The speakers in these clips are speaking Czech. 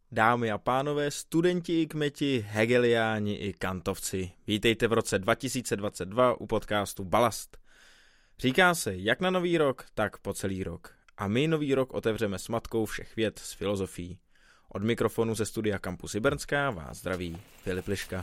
Dámy a pánové, studenti i kmeti, hegeliáni i kantovci, vítejte v roce 2022 u podcastu Balast. Říká se jak na nový rok, tak po celý rok. A my nový rok otevřeme s matkou všech věd s filozofií. Od mikrofonu ze studia Campus Brnská vás zdraví Filip Liška.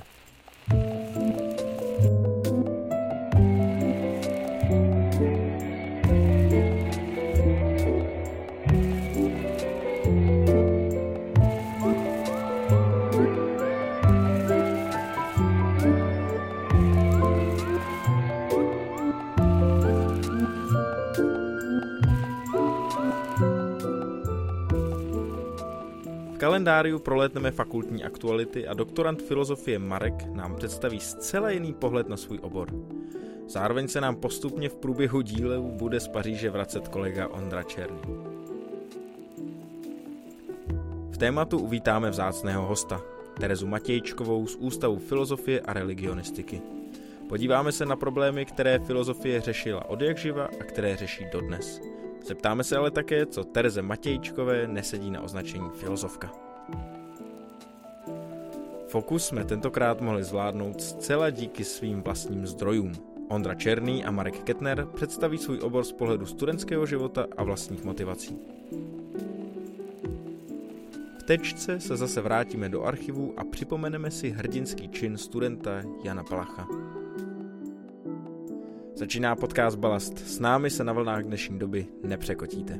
V kalendáriu prolétneme fakultní aktuality a doktorand filozofie Marek nám představí zcela jiný pohled na svůj obor. Zároveň se nám postupně v průběhu dílů bude z Paříže vracet kolega Ondra Černý. V tématu uvítáme vzácného hosta, Terezu Matějčkovou z Ústavu filozofie a religionistiky. Podíváme se na problémy, které filozofie řešila odjakživa a které řeší dodnes. Zeptáme se ale také, co Tereze Matějčkové nesedí na označení filozofka. Fokus jsme tentokrát mohli zvládnout zcela díky svým vlastním zdrojům. Ondra Černý a Marek Kettner představí svůj obor z pohledu studentského života a vlastních motivací. V tečce se zase vrátíme do archivů a připomeneme si hrdinský čin studenta Jana Palacha. Začíná podcast Balast. S námi se na vlnách dnešní doby nepřekotíte.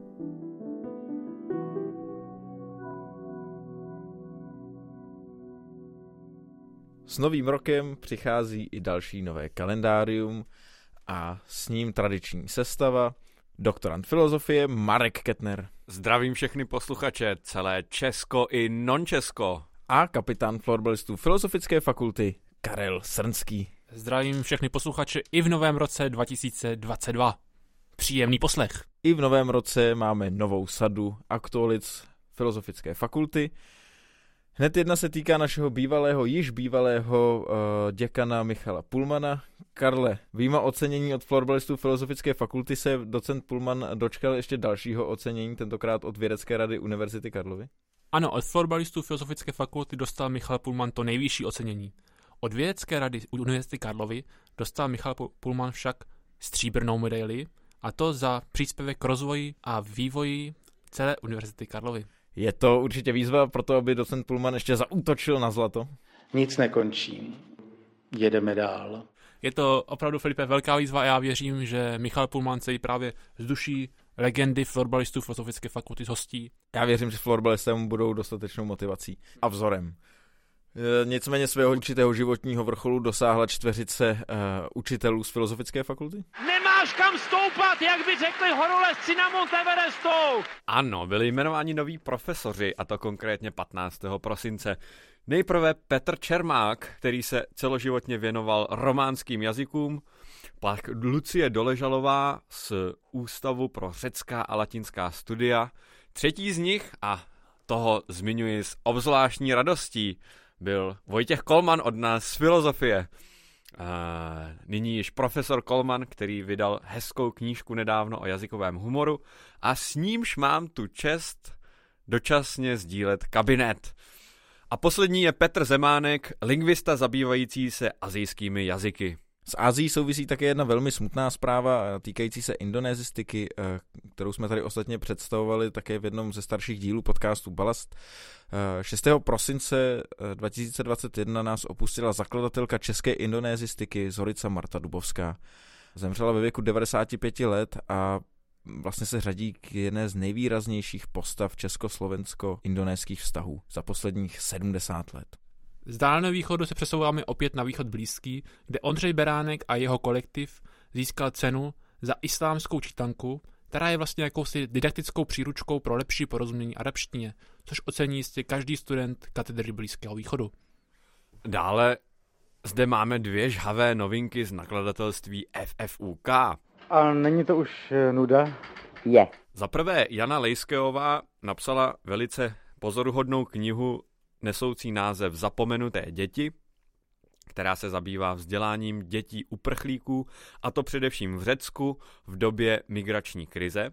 S novým rokem přichází i další nové kalendárium a s ním tradiční sestava, doktorand filozofie Marek Kettner. Zdravím všechny posluchače, celé Česko i non-Česko. A kapitán florbalistů Filozofické fakulty Karel Srnský. Zdravím všechny posluchače i v novém roce 2022. Příjemný poslech. I v novém roce máme novou sadu aktualic Filozofické fakulty. Hned jedna se týká našeho již bývalého děkana Michala Pullmana. Karle, vyjma ocenění od florbalistů Filozofické fakulty se docent Pullman dočkal ještě dalšího ocenění, tentokrát od Vědecké rady Univerzity Karlovy. Ano, od florbalistů Filozofické fakulty dostal Michal Pullman to nejvyšší ocenění. Od Vědecké rady Univerzity Karlovy dostal Michal Pullman však stříbrnou medaili, a to za příspěvek k rozvoji a vývoji celé Univerzity Karlovy. Je to určitě výzva pro to, aby docent Pullman ještě zaútočil na zlato? Nic nekončí. Jedeme dál. Je to opravdu, Filipe, velká výzva a já věřím, že Michal Pullman se jí právě z duší legendy florbalistů Filozofické fakulty zhostí. Já věřím, že florbalisté mu budou dostatečnou motivací a vzorem. Nicméně svého určitého životního vrcholu dosáhla čtveřice učitelů z Filozofické fakulty? Nemáš kam stoupat, jak by řekli horolezci na Mount Everestu! Ano, byli jmenováni noví profesoři, a to konkrétně 15. prosince. Nejprve Petr Čermák, který se celoživotně věnoval románským jazykům, pak Lucie Doležalová z Ústavu pro řecká a latinská studia. Třetí z nich, a toho zmiňuji s obzvláštní radostí, byl Vojtěch Kolman od nás z filozofie. Nyní již profesor Kolman, který vydal hezkou knížku nedávno o jazykovém humoru a s nímž mám tu čest dočasně sdílet kabinet. A poslední je Petr Zemánek, lingvista zabývající se asijskými jazyky. S Asií souvisí také jedna velmi smutná zpráva týkající se indonésistiky, kterou jsme tady ostatně představovali také v jednom ze starších dílů podcastu Balast. 6. prosince 2021 nás opustila zakladatelka české indonésistiky Zorica Marta Dubovská. Zemřela ve věku 95 let a vlastně se řadí k jedné z nejvýraznějších postav československo-indonéských vztahů za posledních 70 let. Z Dálného východu se přesouváme opět na východ blízký, kde Ondřej Beránek a jeho kolektiv získal cenu za islámskou čítanku, která je vlastně jakousi didaktickou příručkou pro lepší porozumění arabštině, což ocení jistě každý student katedry Blízkého východu. Dále zde máme dvě žhavé novinky z nakladatelství FFUK. A není to už nuda? Je. Za prvé Jana Lejskeová napsala velice pozoruhodnou knihu nesoucí název Zapomenuté děti, která se zabývá vzděláním dětí uprchlíků, a to především v Řecku v době migrační krize.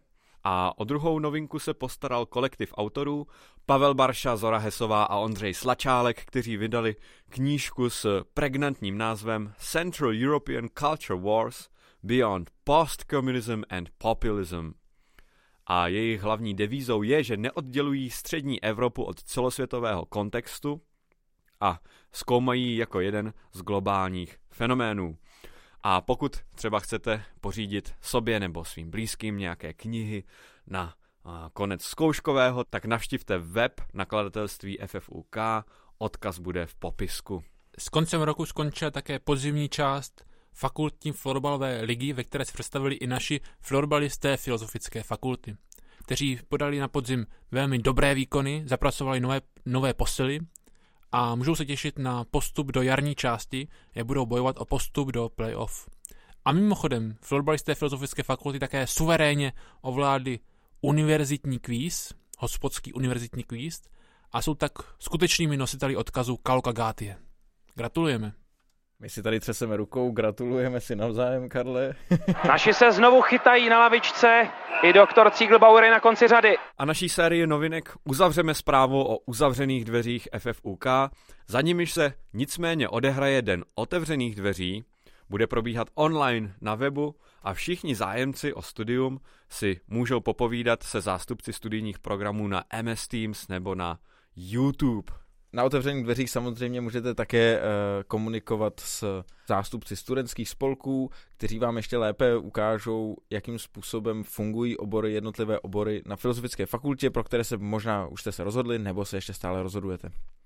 A o druhou novinku se postaral kolektiv autorů Pavel Barša, Zora Hesová a Ondřej Slačálek, kteří vydali knížku s pregnantním názvem Central European Culture Wars Beyond Post-Communism and Populism. A jejich hlavní devízou je, že neoddělují střední Evropu od celosvětového kontextu a zkoumají jako jeden z globálních fenoménů. A pokud třeba chcete pořídit sobě nebo svým blízkým nějaké knihy na konec zkouškového, tak navštivte web nakladatelství FFUK, odkaz bude v popisku. S koncem roku skončila také podzimní část fakultní florbalové ligy, ve které se představili i naši florbalisté filozofické fakulty, kteří podali na podzim velmi dobré výkony, zapracovali nové posily a můžou se těšit na postup do jarní části, jak budou bojovat o postup do playoff. A mimochodem, florbalisté filozofické fakulty také suverénně ovládli univerzitní kvíz, hospodský univerzitní kvíz, a jsou tak skutečnými nositeli odkazu Kalokagátie. Gratulujeme. My si tady třeseme rukou, gratulujeme si navzájem, Karle. Naši se znovu chytají na lavičce, i doktor Cíglbauer je na konci řady. A naší sérii novinek uzavřeme zprávou o uzavřených dveřích FFUK, za nimiž se nicméně odehraje den otevřených dveří, bude probíhat online na webu a všichni zájemci o studium si můžou popovídat se zástupci studijních programů na MS Teams nebo na YouTube. Na otevřených dveřích samozřejmě můžete také komunikovat s zástupci studentských spolků, kteří vám ještě lépe ukážou, jakým způsobem fungují jednotlivé obory na filozofické fakultě, pro které se možná už jste se rozhodli, nebo se ještě stále rozhodujete.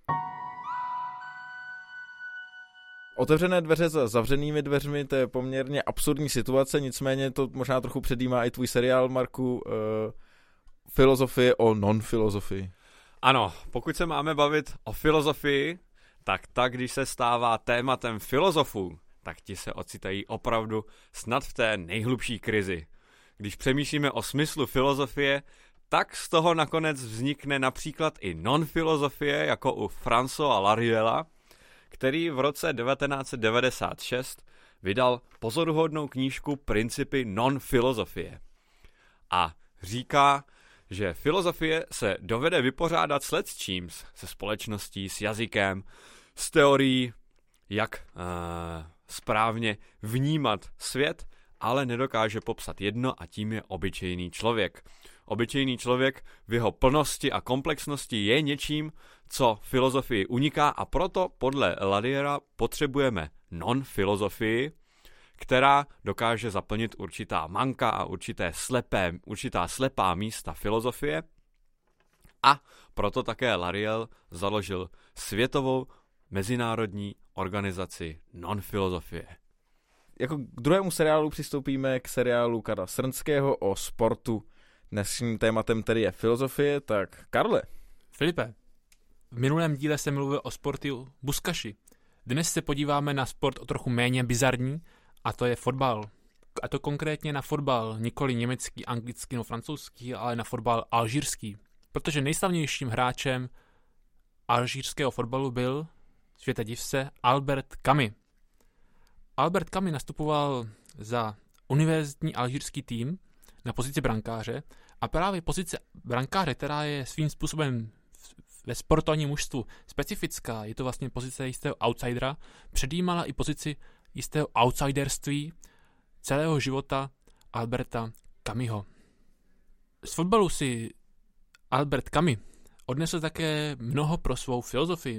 Otevřené dveře za zavřenými dveřmi, to je poměrně absurdní situace, nicméně to možná trochu předjímá i tvůj seriál, Marku, filozofie o non-filozofii. Ano, pokud se máme bavit o filozofii, tak když se stává tématem filozofů, tak ti se ocitají opravdu snad v té nejhlubší krizi. Když přemýšlíme o smyslu filozofie, tak z toho nakonec vznikne například i non-filozofie, jako u Françoise Lariela, který v roce 1996 vydal pozoruhodnou knížku Principy non-filozofie. A říká, že filozofie se dovede vypořádat s lecčíms, se společností, s jazykem, s teorií, jak správně vnímat svět, ale nedokáže popsat jedno a tím je obyčejný člověk. Obyčejný člověk v jeho plnosti a komplexnosti je něčím, co filozofii uniká a proto podle Lariera potřebujeme non-filozofii, která dokáže zaplnit určitá manka a určitá slepá místa filozofie. A proto také Lariel založil světovou mezinárodní organizaci non-filozofie. Jako k druhému seriálu přistoupíme k seriálu Karla Srnského o sportu. Dnešním tématem tedy je filozofie, tak Karle. Filipe, v minulém díle jsem mluvil o sportu buskaši. Dnes se podíváme na sport o trochu méně bizarní, a to je fotbal. A to konkrétně na fotbal, nikoli německý, anglický nebo francouzský, ale na fotbal alžírský. Protože nejslavnějším hráčem alžírského fotbalu byl, světe div se, Albert Camus. Albert Camus nastupoval za univerzitní alžírský tým na pozici brankáře a právě pozice brankáře, která je svým způsobem ve sportovním mužstvu specifická, je to vlastně pozice jistého outsidera, předjímala i pozici jistého outsiderství celého života Alberta Camusho. Z fotbalu si Albert Camus odnesl také mnoho pro svou filozofii.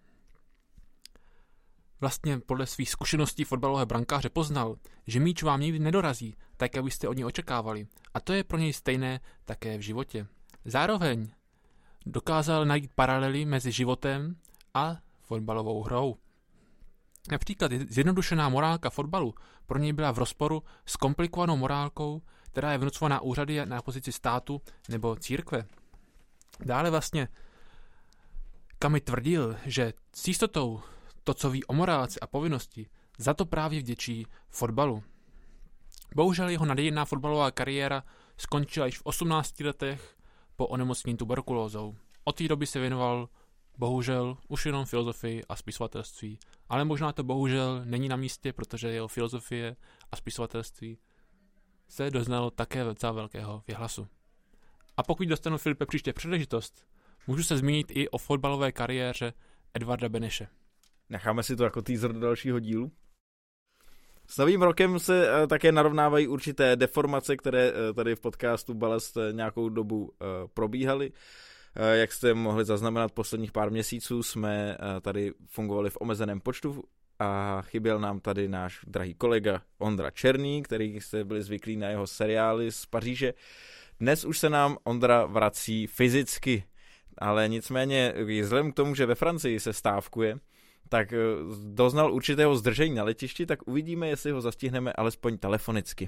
Vlastně podle svých zkušeností fotbalového brankáře poznal, že míč vám nikdy nedorazí, tak jak byste od něj očekávali. A to je pro něj stejné také v životě. Zároveň dokázal najít paralely mezi životem a fotbalovou hrou. Například zjednodušená morálka fotbalu pro něj byla v rozporu s komplikovanou morálkou, která je vnucovaná úřady na pozici státu nebo církve. Dále vlastně Camus tvrdil, že s jistotou to, co ví o morálce a povinnosti, za to právě vděčí fotbalu. Bohužel jeho nadějná fotbalová kariéra skončila již v 18 letech po onemocnění tuberkulózou. Od té doby se věnoval bohužel už jenom filozofii a spisovatelství, ale možná to bohužel není na místě, protože jeho filozofie a spisovatelství se doznalo také docela velkého věhlasu. A pokud dostanu, Filipe, příště příležitost, můžu se zmínit i o fotbalové kariéře Edvarda Beneše. Necháme si to jako teaser do dalšího dílu. S novým rokem se také narovnávají určité deformace, které tady v podcastu Balast nějakou dobu probíhaly. Jak jste mohli zaznamenat, posledních pár měsíců jsme tady fungovali v omezeném počtu a chyběl nám tady náš drahý kolega Ondra Černý, který jste byli zvyklí na jeho seriály z Paříže. Dnes už se nám Ondra vrací fyzicky, ale nicméně vzhledem k tomu, že ve Francii se stávkuje, tak doznal určitého zdržení na letišti, tak uvidíme, jestli ho zastihneme alespoň telefonicky.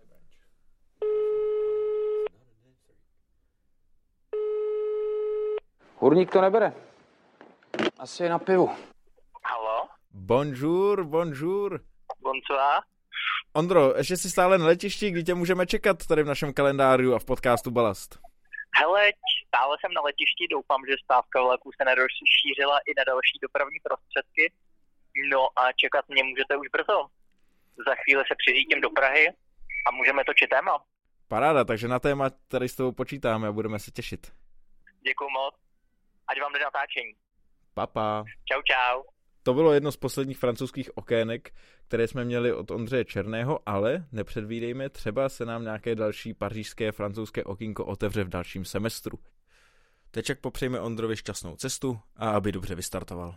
Hurník to nebere. Asi je na pivu. Halo? Bonjour, bonjour. Bonsoir. Ondro, ještě jsi stále na letišti, kdy tě můžeme čekat tady v našem kalendáři a v podcastu Balast? Hele, stále jsem na letišti, doufám, že stávka vlaků se nerozšířila i na další dopravní prostředky. No a čekat mě můžete už brzo. Za chvíli se přiřítím do Prahy a můžeme točit téma. Paráda, takže na téma tady s tebou počítáme a budeme se těšit. Děkuju moc. Ať vám jde natáčení. Papa. Čau, čau. To bylo jedno z posledních francouzských okének, které jsme měli od Ondřeje Černého, ale nepředvídejme, třeba se nám nějaké další pařížské francouzské okýnko otevře v dalším semestru. Teď však popřejme Ondrovi šťastnou cestu a aby dobře vystartoval.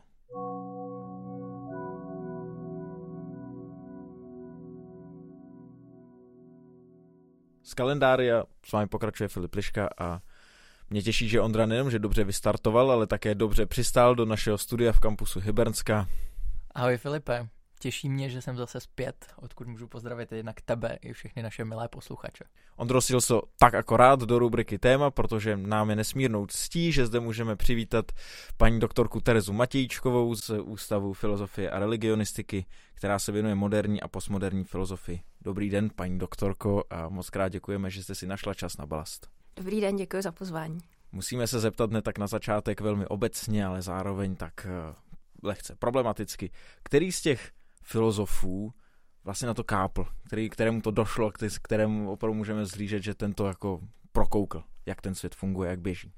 Z kalendária s vámi pokračuje Filip Liška a mě těší, že Ondra nejenom, že dobře vystartoval, ale také dobře přistál do našeho studia v kampusu Hybernska. Ahoj Filipe, těší mě, že jsem zase zpět, odkud můžu pozdravit jednak tebe i všechny naše milé posluchače. Ondro Silso, tak akorát do rubriky Téma, protože nám je nesmírnou ctí, že zde můžeme přivítat paní doktorku Terezu Matějčkovou z Ústavu filozofie a religionistiky, která se věnuje moderní a postmoderní filozofii. Dobrý den, paní doktorko, a moc krát děkujeme, že jste si našla čas na Balast. Dobrý den, děkuji za pozvání. Musíme se zeptat ne tak na začátek velmi obecně, ale zároveň tak lehce problematicky. Který z těch filozofů vlastně na to kápl, kterému to došlo, kterému opravdu můžeme zhlížet, že tento jako prokoukl, jak ten svět funguje, jak běží?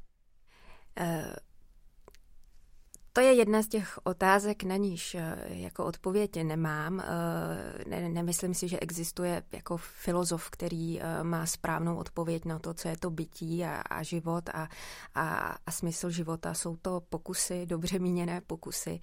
To je jedna z těch otázek, na níž jako odpověď nemám. Nemyslím si, že existuje jako filozof, který má správnou odpověď na to, co je to bytí a život a smysl života. Jsou to pokusy, dobře míněné pokusy.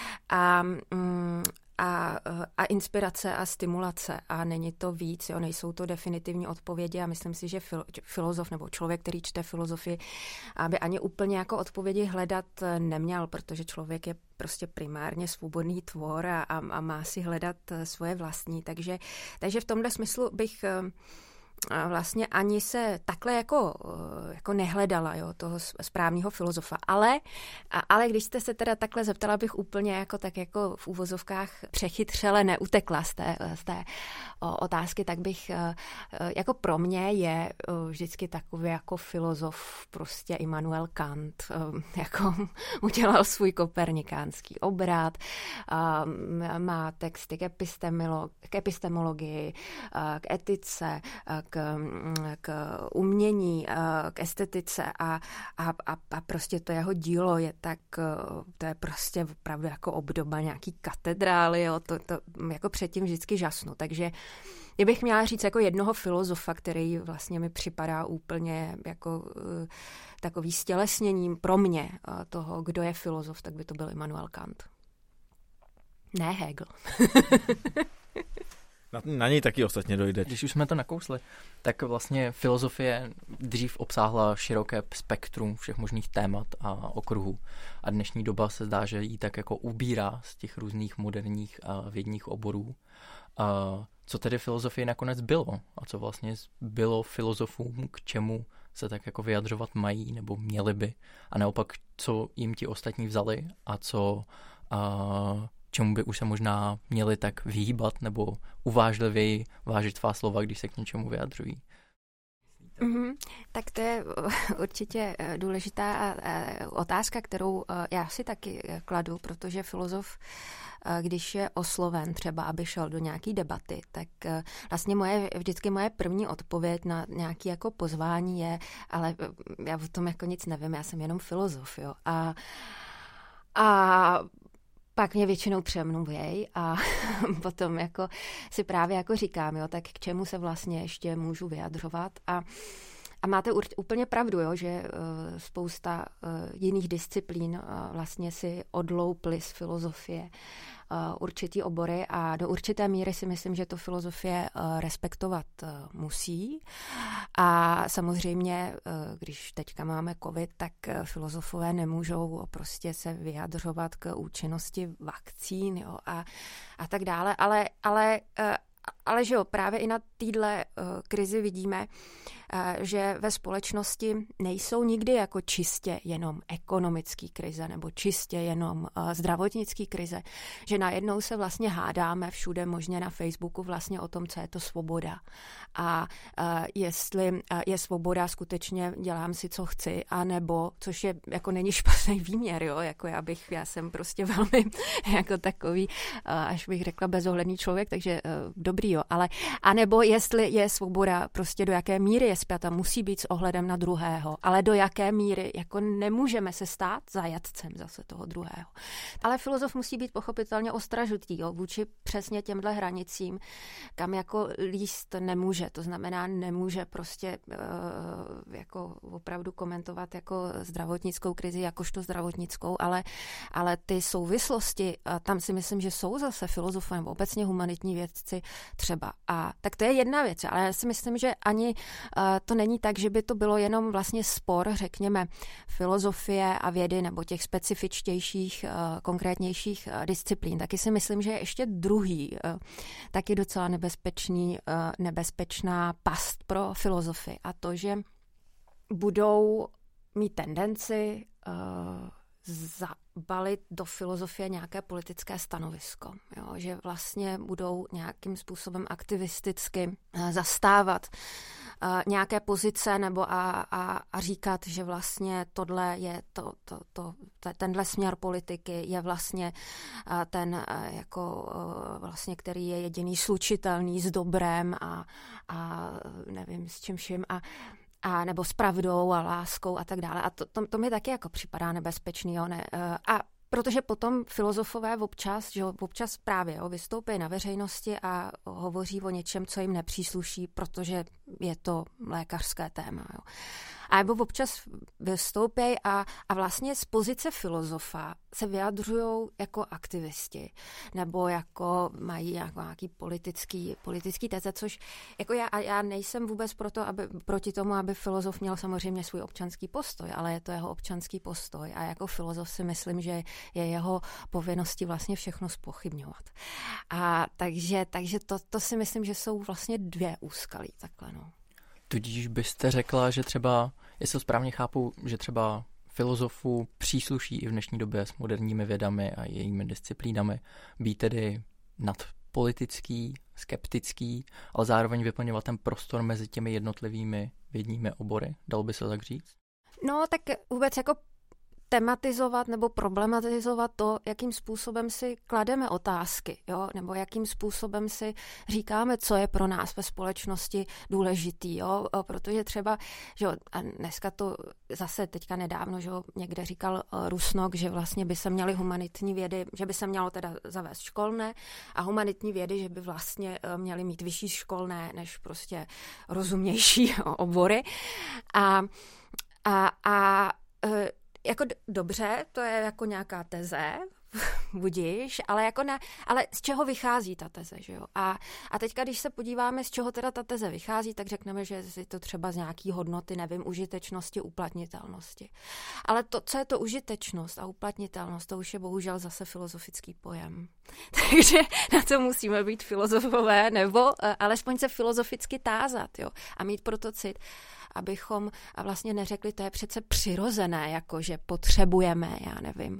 A inspirace a stimulace a není to víc, jo, nejsou to definitivní odpovědi a myslím si, že filozof nebo člověk, který čte filozofii, aby ani úplně jako odpovědi hledat neměl, protože člověk je prostě primárně svobodný tvor a má si hledat svoje vlastní, takže v tomhle smyslu bych vlastně ani se takhle jako nehledala, jo, toho správného filozofa. Ale když jste se teda takhle zeptala, bych úplně jako tak jako v úvozovkách přechytřele neutekla z té otázky, tak bych jako pro mě je vždycky takový jako filozof prostě Immanuel Kant, jako udělal svůj kopernikánský obrat, má texty k epistemologii, k etice, k umění, k estetice a prostě to jeho dílo je tak, to je prostě opravdu jako obdoba nějaký katedrály, jo, to jako předtím vždycky žasnu, takže kdybych měla říct jako jednoho filozofa, který vlastně mi připadá úplně jako takový stělesněním pro mě toho, kdo je filozof, tak by to byl Immanuel Kant. Ne Hegel. Na něj taky ostatně dojde. Když už jsme to nakousli, tak vlastně filozofie dřív obsáhla široké spektrum všech možných témat a okruhů. A dnešní doba se zdá, že jí tak jako ubírá z těch různých moderních a vědních oborů. Co tedy filozofie nakonec bylo? A co vlastně bylo filozofům, k čemu se tak jako vyjadřovat mají nebo měli by? A naopak, co jim ti ostatní vzali a co... čemu by už se možná měli tak vyhýbat nebo uvážlivěji vážit svá slova, když se k něčemu vyjadřují? Tak to je určitě důležitá otázka, kterou já si taky kladu, protože filozof, když je osloven třeba, aby šel do nějaký debaty, tak vlastně vždycky moje první odpověď na nějaké jako pozvání je, ale já o tom jako nic nevím, já jsem jenom filozof, jo. A pak mě většinou přemluvěj a potom jako si právě jako říkám, jo, tak k čemu se vlastně ještě můžu vyjadřovat. A máte úplně pravdu, jo, že spousta jiných disciplín vlastně si odlouply z filozofie určitý obory a do určité míry si myslím, že to filozofie respektovat musí. A samozřejmě, když teďka máme covid, tak filozofové nemůžou prostě se vyjadřovat k účinnosti vakcín, jo, a tak dále, ale že jo, právě i na téhle krizi vidíme, že ve společnosti nejsou nikdy jako čistě jenom ekonomický krize nebo čistě jenom zdravotnický krize, že najednou se vlastně hádáme všude možně na Facebooku vlastně o tom, co je to svoboda. A jestli je svoboda skutečně dělám si, co chci, anebo, což je jako není špatný výměr, jo, jako já jsem prostě velmi jako takový, až bych řekla bezohledný člověk, takže dobrý, jo, ale anebo jestli je svoboda prostě do jaké míry je spjata, musí být s ohledem na druhého, ale do jaké míry jako nemůžeme se stát zajatcem zase toho druhého. Ale filozof musí být pochopitelně ostražitý, jo, vůči přesně těmhle hranicím, kam jako líst nemůže, to znamená nemůže prostě jako opravdu komentovat jako zdravotnickou krizi, jakožto zdravotnickou, ale ty souvislosti, tam si myslím, že jsou zase filozofové nebo obecně humanitní vědci třeba. A tak to je jedna věc, ale já si myslím, že ani to není tak, že by to bylo jenom vlastně spor, řekněme, filozofie a vědy nebo těch specifičtějších, konkrétnějších disciplín. Taky si myslím, že je ještě druhý, taky docela nebezpečná past pro filozofii. A to, že budou mít tendenci zabalit do filozofie nějaké politické stanovisko. Jo? Že vlastně budou nějakým způsobem aktivisticky zastávat nějaké pozice nebo a říkat, že vlastně tohle je tenhle směr politiky je vlastně ten jako vlastně, který je jediný slučitelný s dobrem a nevím s čím vším a nebo s pravdou a láskou a tak dále. A to mi taky jako připadá nebezpečný. Jo? Ne? A protože potom filozofové občas právě vystoupí na veřejnosti a hovoří o něčem, co jim nepřísluší, protože je to lékařské téma. Jo? A nebo občas vystoupí a vlastně z pozice filozofa se vyjadřují jako aktivisti nebo jako mají nějaký politický teze, což jako já nejsem vůbec proti tomu, aby filozof měl samozřejmě svůj občanský postoj, ale je to jeho občanský postoj a jako filozof si myslím, že je jeho povinností vlastně všechno zpochybňovat. A takže to si myslím, že jsou vlastně dvě úskalí takhle, no. Tudíž byste řekla, že třeba, jestli to správně chápu, že třeba filozofu přísluší i v dnešní době s moderními vědami a jejími disciplínami být tedy nadpolitický, skeptický, ale zároveň vyplňovat ten prostor mezi těmi jednotlivými vědními obory. Dalo by se tak říct? No, tak vůbec jako tematizovat nebo problematizovat to, jakým způsobem si klademe otázky, jo? Nebo jakým způsobem si říkáme, co je pro nás ve společnosti důležitý, jo? Protože třeba, že jo, a dneska to zase teďka nedávno, že jo, někde říkal Rusnok, že vlastně by se měly humanitní vědy, že by se mělo teda zavést školné a humanitní vědy, že by vlastně měly mít vyšší školné než prostě rozumnější obory. Jako dobře, to je jako nějaká teze, budíš, ale z čeho vychází ta teze, že jo? A teďka, když se podíváme, z čeho teda ta teze vychází, tak řekneme, že je to třeba z nějaký hodnoty, nevím, užitečnosti, uplatnitelnosti. Ale to, co je to užitečnost a uplatnitelnost, to už je bohužel zase filozofický pojem. Takže na to musíme být filozofové, nebo alespoň se filozoficky tázat, jo? A mít proto cit, abychom vlastně neřekli, to je přece přirozené, jako že potřebujeme, já nevím,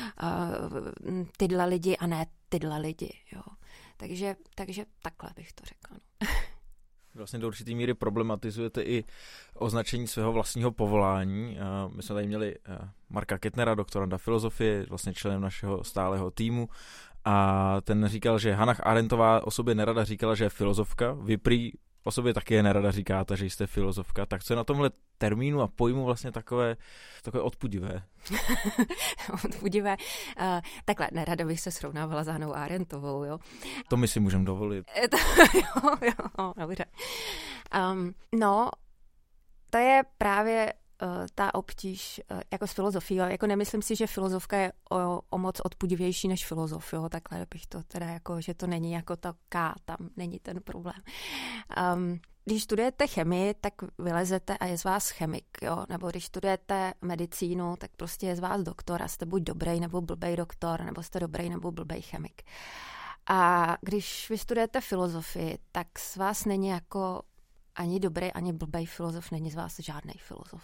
tyhle lidi a ne tyhle lidi. Jo. Takže takhle bych to řekla. No. Vlastně do určitý míry problematizujete i označení svého vlastního povolání. My jsme tady měli Marka Kettnera, doktoranda filozofie, vlastně členem našeho stálého týmu, a ten říkal, že Hannah Arendtová o sobě nerada říkala, že je filozofka. Vy prý o sobě taky nerada říkáte, že jste filozofka. Tak co je na tomhle termínu a pojmu vlastně takové odpudivé? Odpudivé. Takhle, nerada bych se srovnávala s Hannahou Arendtovou, jo. To my si můžeme dovolit. jo, dobře. No, to je právě ta obtíž jako s filozofií. Jako nemyslím si, že filozofka je o moc odpudivější než filozof. Jo? Takhle bych to teda jako, že to není jako ta K, tam není ten problém. Když studujete chemii, tak vylezete a je z vás chemik. Jo? Nebo když studujete medicínu, tak prostě je z vás doktor a jste buď dobrý nebo blbej doktor, nebo jste dobrý nebo blbej chemik. A když vy studujete filozofii, tak z vás není jako ani dobrý, ani blbej filozof, není z vás žádnej filozof.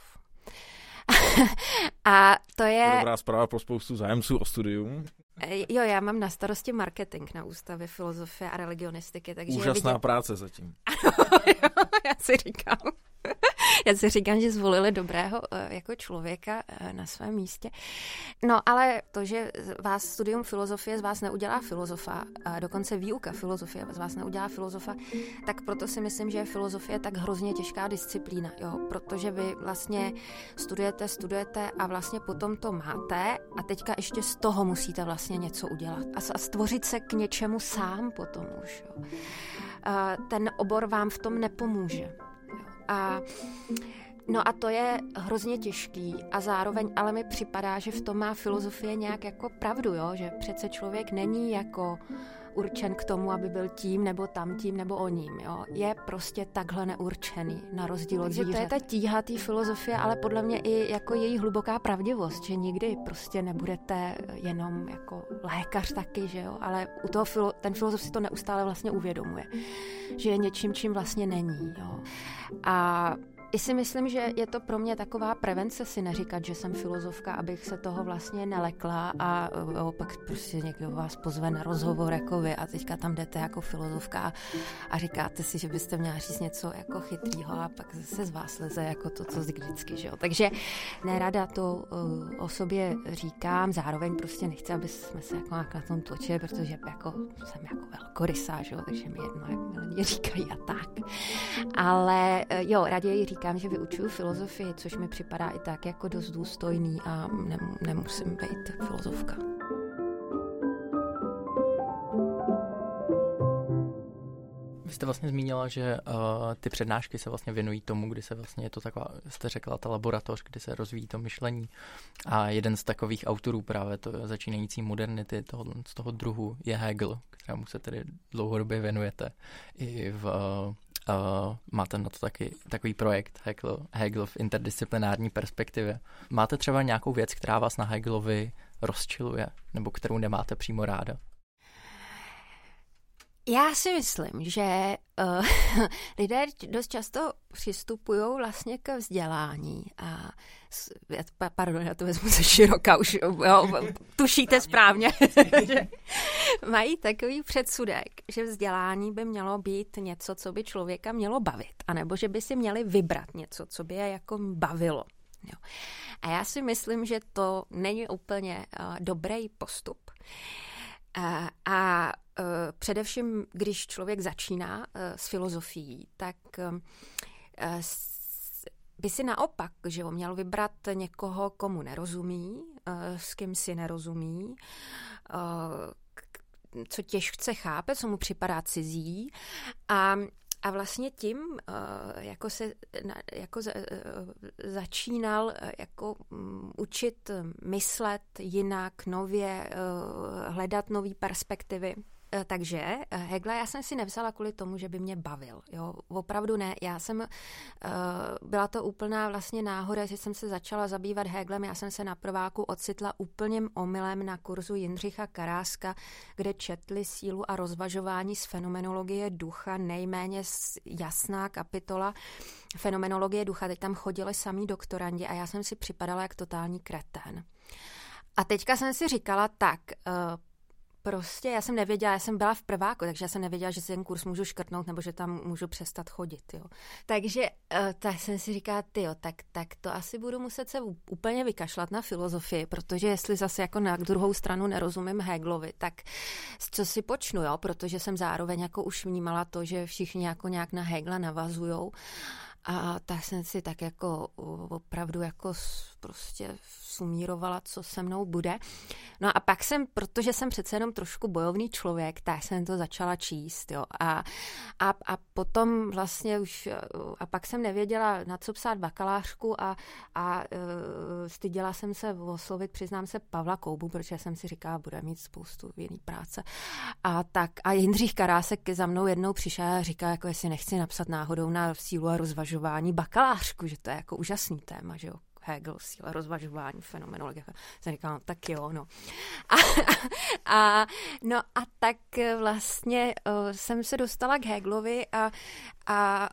A to je... Dobrá zpráva pro spoustu zájemců o studium. Jo, já mám na starosti marketing na Ústavě filozofie a religionistiky, takže... Úžasná práce zatím. Já si říkám, že zvolili dobrého jako člověka na svém místě. No, ale to, že vás studium filozofie z vás neudělá filozofa, a dokonce výuka filozofie z vás neudělá filozofa, tak proto si myslím, že je filozofie tak hrozně těžká disciplína, jo, protože vy vlastně studujete a vlastně potom to máte a teďka ještě z toho musíte vlastně něco udělat a stvořit se k něčemu sám potom už, jo. Ten obor vám v tom nepomůže. No a to je hrozně těžký a zároveň ale mi připadá, že v tom má filozofie nějak jako pravdu, jo? Že přece člověk není jako určen k tomu, aby byl tím nebo tamtím nebo oním. Jo? Je prostě takhle neurčený, na rozdíl od zvířat. To je ta tíha té filozofie, ale podle mě i jako její hluboká pravdivost, že nikdy prostě nebudete jenom jako lékař taky, že jo? Ale u toho ten filozof si to neustále vlastně uvědomuje, že je něčím, čím vlastně není. Jo? A i si myslím, že je to pro mě taková prevence si neříkat, že jsem filozofka, abych se toho vlastně nelekla a pak prostě někdo vás pozve na rozhovor jako vy a teďka tam jdete jako filozofka a říkáte si, že byste měla říct něco jako chytrýho a pak se z vás leze jako to, co vždycky, že jo. Takže nerada to o sobě říkám, zároveň prostě nechci, aby jsme se jako na tom točili, protože jako jsem jako velkorysá, že jo, takže mi jedno, jak mi lidi říkají a tak. Ale jo, raději říkám, že vyučuju filozofii, což mi připadá i tak jako dost důstojný a nemusím být filozofka. Vy jste vlastně zmínila, že ty přednášky se vlastně věnují tomu, kdy se vlastně je to taková, jste řekla, ta laboratoř, kdy se rozvíjí to myšlení. A jeden z takových autorů právě to začínající modernity z toho druhu je Hegel, kterému se tedy dlouhodobě věnujete. I máte na to takový projekt Hegel v interdisciplinární perspektivě. Máte třeba nějakou věc, která vás na Hegelovi rozčiluje, nebo kterou nemáte přímo ráda? Já si myslím, že lidé dost často přistupují vlastně ke vzdělání a pardon, já to vezmu ze široka, už jo, tušíte správně, že mají takový předsudek, že vzdělání by mělo být něco, co by člověka mělo bavit, anebo že by si měli vybrat něco, co by je jako bavilo. Jo. A já si myslím, že to není úplně dobrý postup. A především, když člověk začíná s filozofií, tak by si naopak, že ho měl vybrat někoho, komu nerozumí, s kým si nerozumí, co těžce chápe, co mu připadá cizí a vlastně tím začínal jako učit myslet jinak, nově, hledat nové perspektivy. Takže Hegla já jsem si nevzala kvůli tomu, že by mě bavil. Jo? Opravdu ne. Byla to úplná vlastně náhoda, že jsem se začala zabývat Heglem. Já jsem se na prváku ocitla úplným omylem na kurzu Jindřicha Karáska, kde četli Sílu a rozvažování z fenomenologie ducha, nejméně jasná kapitola fenomenologie ducha. Teď tam chodili samý doktorandi a já jsem si připadala jak totální kretén. A teďka jsem si říkala, tak prostě já jsem nevěděla, já jsem byla v prváku, takže já jsem nevěděla, že si ten kurz můžu škrtnout nebo že tam můžu přestat chodit, jo. Takže tak jsem si říkala, tak to asi budu muset se úplně vykašlat na filozofii, protože jestli zase jako na druhou stranu nerozumím Hegelovi, tak co si počnu, jo, protože jsem zároveň jako už vnímala to, že všichni jako nějak na Hegela navazujou. A tak jsem si tak jako opravdu jako prostě sumírovala, co se mnou bude. No a pak jsem, protože jsem přece jenom trošku bojovný člověk, tak jsem to začala číst, jo. A potom vlastně už, a pak jsem nevěděla, na co psát bakalářku a styděla jsem se oslovit, přiznám se, Pavla Koubu, protože jsem si říkala, bude mít spoustu jiný práce. A Jindřich Karásek za mnou jednou přišel a říkal, jako jestli nechci napsat náhodou na sílu a rozvažování bakalářku, že to je jako úžasný téma, že jo. Hegel, síla rozvažování, fenomenologie. Jsem říkala, no, tak jo, no. A tak vlastně jsem se dostala k Hegelovi a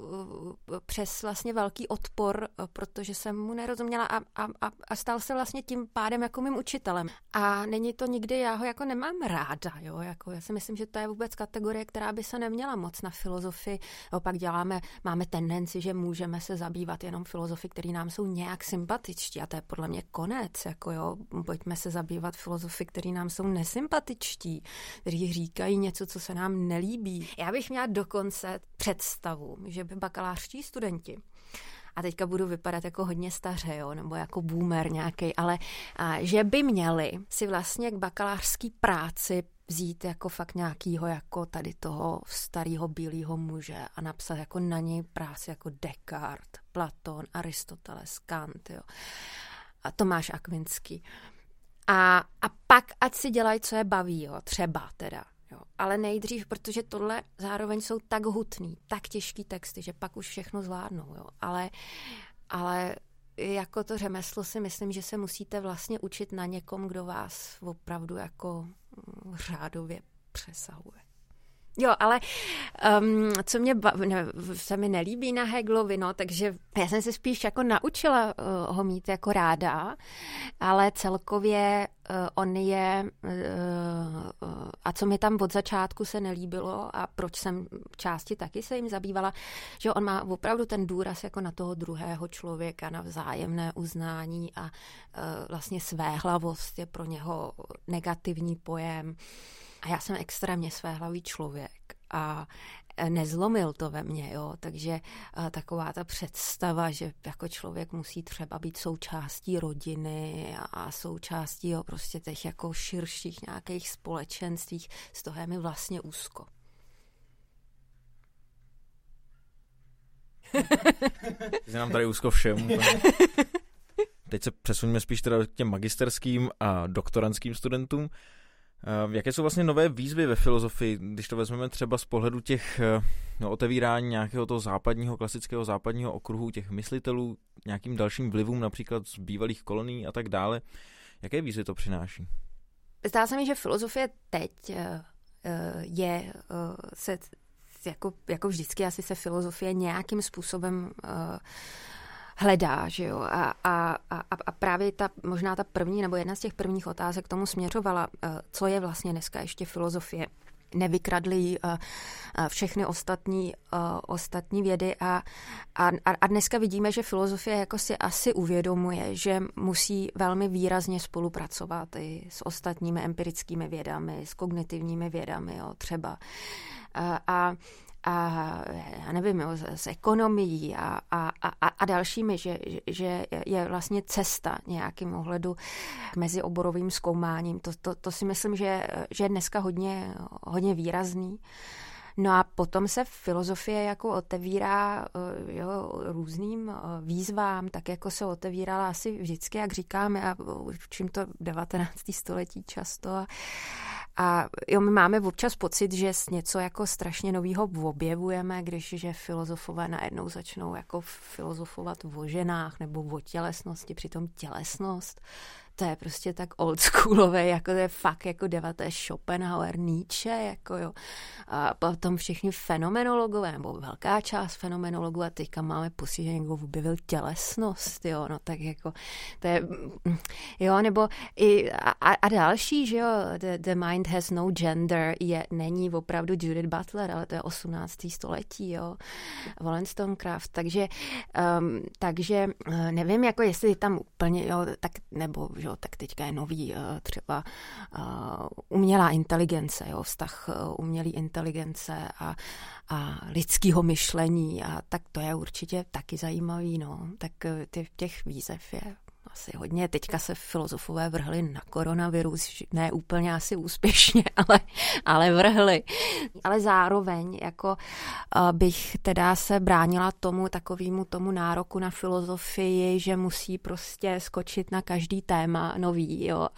přes vlastně velký odpor, protože jsem mu nerozuměla a stal se vlastně tím pádem jako mým učitelem. A není to nikdy, já ho jako nemám ráda, jo, jako já si myslím, že to je vůbec kategorie, která by se neměla moc na filozofii. Opak máme tendenci, že můžeme se zabývat jenom filozofii, který nám jsou nějak sympatičtí a to je podle mě konec, jako jo, pojďme se zabývat filozofii, který nám jsou nesympatičtí, kteří říkají něco, co se nám nelíbí. Já bych měla dokonce představu, že by bakalářští studenti, a teďka budu vypadat jako hodně staře, jo, nebo jako boomer nějaký, ale že by měli si vlastně k bakalářský práci vzít jako fakt nějakýho jako tady toho starého bílého muže a napsat jako na něj práci jako Descartes, Platon, Aristoteles, Kant, jo, a Tomáš Akvinský. A pak ať si dělají, co je baví, jo, třeba teda. Jo. Ale nejdřív, protože tohle zároveň jsou tak hutný, tak těžký texty, že pak už všechno zvládnou. Jo. Ale jako to řemeslo si myslím, že se musíte vlastně učit na někom, kdo vás opravdu jako řádově přesahuje. Jo, ale co se mi nelíbí na Hegelovi, no, takže já jsem se spíš jako naučila ho mít jako ráda, ale celkově on je, a co mi tam od začátku se nelíbilo a proč jsem v části taky se jim zabývala, že on má opravdu ten důraz jako na toho druhého člověka, na vzájemné uznání a vlastně svéhlavost je pro něho negativní pojem. A já jsem extrémně svéhlavý člověk a nezlomil to ve mně, jo, takže taková ta představa, že jako člověk musí třeba být součástí rodiny a součástí prostě těch jako širších nějakých společenstvích, z toho je mi vlastně úzko. Ty nám tady úzko všem. Teď se přesuneme spíš teda k těm magisterským a doktorandským studentům. Jaké jsou vlastně nové výzvy ve filozofii, když to vezmeme třeba z pohledu těch otevírání nějakého toho klasického západního okruhu, těch myslitelů, nějakým dalším vlivům, například z bývalých kolonií a tak dále. Jaké výzvy to přináší? Zdá se mi, že filozofie teď je jako vždycky asi se filozofie nějakým způsobem hledá, že jo, a právě možná ta první nebo jedna z těch prvních otázek k tomu směřovala, co je vlastně dneska ještě filozofie. Nevykradli všechny ostatní vědy a dneska vidíme, že filozofie jako si asi uvědomuje, že musí velmi výrazně spolupracovat i s ostatními empirickými vědami, s kognitivními vědami, jo, třeba. A já nevím, jo, s ekonomií a dalšími, že je vlastně cesta nějakým ohledu k mezioborovým zkoumáním. To si myslím, že je dneska hodně výrazný. No a potom se filozofie jako otevírá různým výzvám, tak jako se otevírala asi vždycky, jak říkáme, a učím to 19. století často. A jo, my máme občas pocit, že něco jako strašně novýho objevujeme, že filozofové najednou začnou jako filozofovat o ženách nebo o tělesnosti, přitom tělesnost to je prostě tak oldschoolové, jako to je fakt jako devaté Schopenhauer, Nietzsche, jako jo. A potom všichni fenomenologové, nebo velká část fenomenologů, a teďka máme pocit, že někdo objevil tělesnost, jo, no tak jako, to je, jo, nebo i, a další, že jo, the mind has no gender, není opravdu Judith Butler, ale to je 18. století, jo, Wollstonecraft, takže nevím, jako jestli tam úplně, jo, tak, nebo, jo, tak teďka je nový třeba umělá inteligence, jo, vztah umělé inteligence a lidského myšlení, a tak to je určitě taky zajímavý, no, tak těch výzev je asi hodně. Teďka se filozofové vrhli na koronavirus, ne úplně asi úspěšně, ale vrhli. Ale zároveň jako bych teda se bránila tomu nároku na filozofii, že musí prostě skočit na každý téma nový, jo,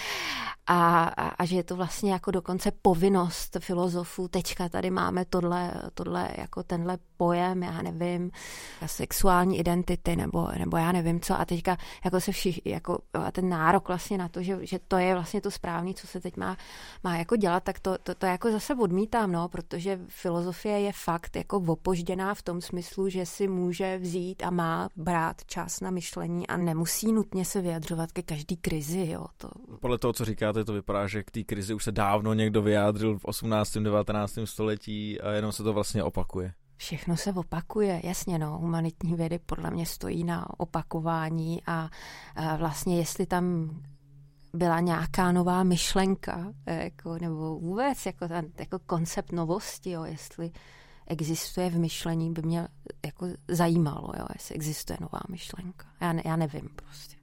a že je to vlastně jako dokonce povinnost filozofů. Teďka tady máme tohle jako tenhle pojem, já nevím, sexuální identity, nebo já nevím co, a teďka jako se všichni, jako ten nárok vlastně na to, že to je vlastně to správné, co se teď má jako dělat, tak to jako zase odmítám, no, protože filozofie je fakt jako opožděná v tom smyslu, že si může vzít a má brát čas na myšlení a nemusí nutně se vyjadřovat ke každý krizi, jo. Podle toho, co říkáte, to vypadá, že k té krizi už se dávno někdo vyjádřil v 18. 19. století a jenom se to vlastně opakuje. Všechno se opakuje, jasně, no, humanitní vědy podle mě stojí na opakování a vlastně jestli tam byla nějaká nová myšlenka, jako, nebo vůbec jako koncept novosti, jo, jestli existuje v myšlení, by mě jako zajímalo, jo, jestli existuje nová myšlenka. Já nevím prostě.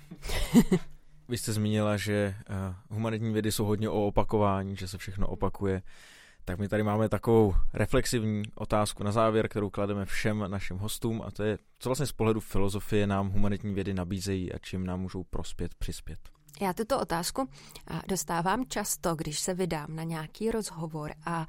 Vy jste zmínila, že humanitní vědy jsou hodně o opakování, že se všechno opakuje. Tak my tady máme takovou reflexivní otázku na závěr, kterou klademe všem našim hostům, a to je, co vlastně z pohledu filozofie nám humanitní vědy nabízejí a čím nám můžou přispět. Já tuto otázku dostávám často, když se vydám na nějaký rozhovor a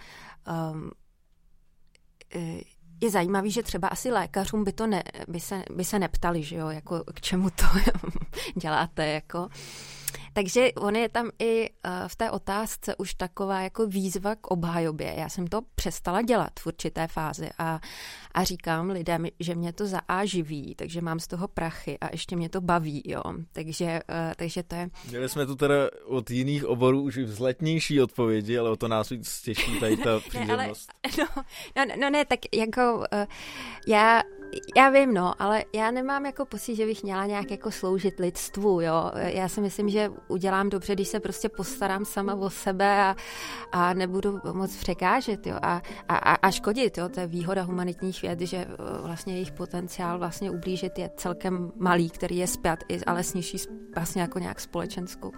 je zajímavý, že třeba asi lékařům by se neptali, že jo, jako k čemu to děláte, jako. Takže on je tam i v té otázce už taková jako výzva k obhajobě. Já jsem to přestala dělat v určité fázi a říkám lidem, že mě to živí, takže mám z toho prachy a ještě mě to baví, jo. Takže to je... Měli jsme tu teda od jiných oborů už vzletnější odpovědi, ale o to nás víc těší tady ta příjemnost. Ne, tak jako já vím, no, ale já nemám jako pocit, že bych měla nějak jako sloužit lidstvu, jo. Já si myslím, že udělám dobře, když se prostě postarám sama o sebe a nebudu moc překážet, jo, a škodit, jo. To je výhoda humanitních věd, že vlastně jejich potenciál vlastně ublížit je celkem malý, který je spjat i ale s nižší vlastně jako nějak společenskou